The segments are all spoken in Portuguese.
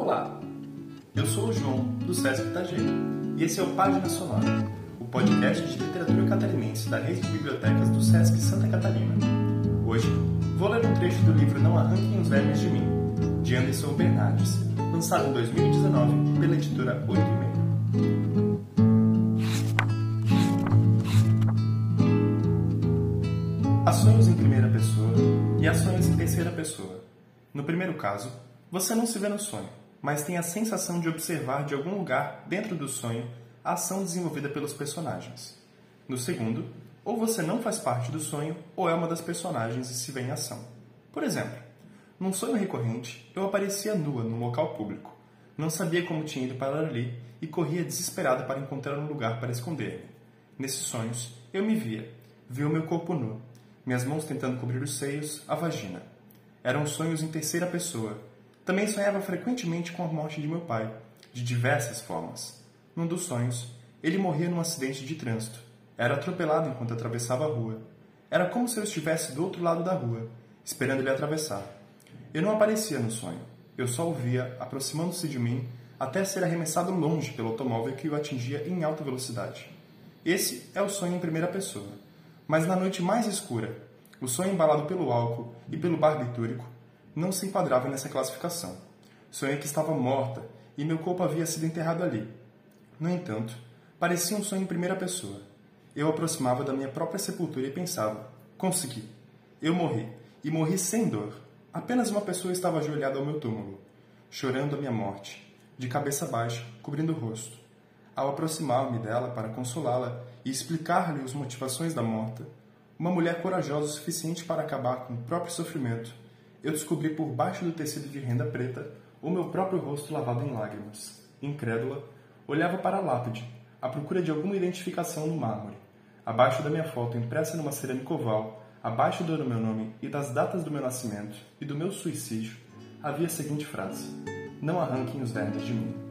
Olá, eu sou o João, do Sesc Itajaí, e esse é o Página Sonora, o podcast de literatura catarinense da rede de bibliotecas do Sesc Santa Catarina. Hoje, vou ler um trecho do livro Não Arranquem os Vermes de Mim, de Anderson Bernardes, lançado em 2019 pela editora 8,5. Há sonhos em primeira pessoa e há sonhos em terceira pessoa. No primeiro caso, você não se vê no sonho, mas tem a sensação de observar de algum lugar dentro do sonho a ação desenvolvida pelos personagens. No segundo, ou você não faz parte do sonho ou é uma das personagens e se vê em ação. Por exemplo, num sonho recorrente, eu aparecia nua num local público. Não sabia como tinha ido para ali e corria desesperada para encontrar um lugar para esconder-me. Nesses sonhos, eu me via o meu corpo nu, minhas mãos tentando cobrir os seios, a vagina. Eram sonhos em terceira pessoa. Também sonhava frequentemente com a morte de meu pai, de diversas formas. Num dos sonhos, ele morria num acidente de trânsito. Era atropelado enquanto atravessava a rua. Era como se eu estivesse do outro lado da rua, esperando ele atravessar. Eu não aparecia no sonho. Eu só o via aproximando-se de mim até ser arremessado longe pelo automóvel que o atingia em alta velocidade. Esse é o sonho em primeira pessoa. Mas na noite mais escura, o sonho embalado pelo álcool e pelo barbitúrico não se enquadrava nessa classificação. Sonhei que estava morta e meu corpo havia sido enterrado ali. No entanto, parecia um sonho em primeira pessoa. Eu aproximava da minha própria sepultura e pensava, consegui. Eu morri, e morri sem dor. Apenas uma pessoa estava ajoelhada ao meu túmulo, chorando a minha morte, de cabeça baixa, cobrindo o rosto. Ao aproximar-me dela para consolá-la e explicar-lhe as motivações da morta, uma mulher corajosa o suficiente para acabar com o próprio sofrimento, eu descobri por baixo do tecido de renda preta o meu próprio rosto lavado em lágrimas. Incrédula, olhava para a lápide, à procura de alguma identificação no mármore. Abaixo da minha foto, impressa numa cerâmica oval, abaixo do meu nome e das datas do meu nascimento e do meu suicídio, havia a seguinte frase: não arranquem os vermes de mim.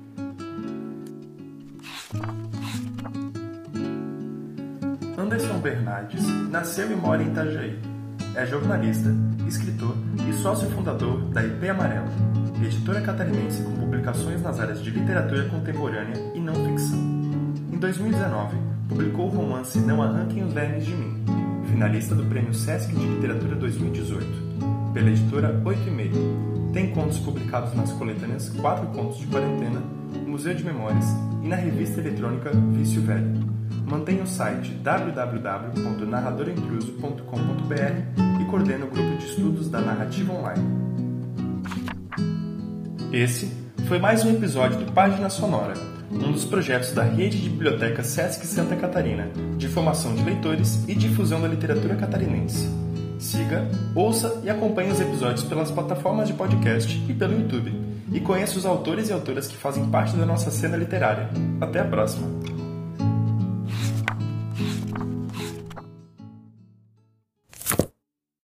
Anderson Bernardes nasceu e mora em Itajaí. É jornalista, escritor e sócio fundador da IP Amarelo, editora catarinense com publicações nas áreas de literatura contemporânea e não ficção. Em 2019, publicou o romance Não Arranquem os Vermes de Mim, finalista do Prêmio Sesc de Literatura 2018, pela editora 8,5. Tem contos publicados nas coletâneas 4 Contos de Quarentena, Museu de Memórias e na revista eletrônica Vício Velho. Mantém o site www.narradorintruso.com.br e coordena o grupo de estudos da Narrativa Online. Esse foi mais um episódio do Página Sonora, um dos projetos da Rede de Bibliotecas Sesc Santa Catarina, de formação de leitores e difusão da literatura catarinense. Siga, ouça e acompanhe os episódios pelas plataformas de podcast e pelo YouTube. E conheça os autores e autoras que fazem parte da nossa cena literária. Até a próxima!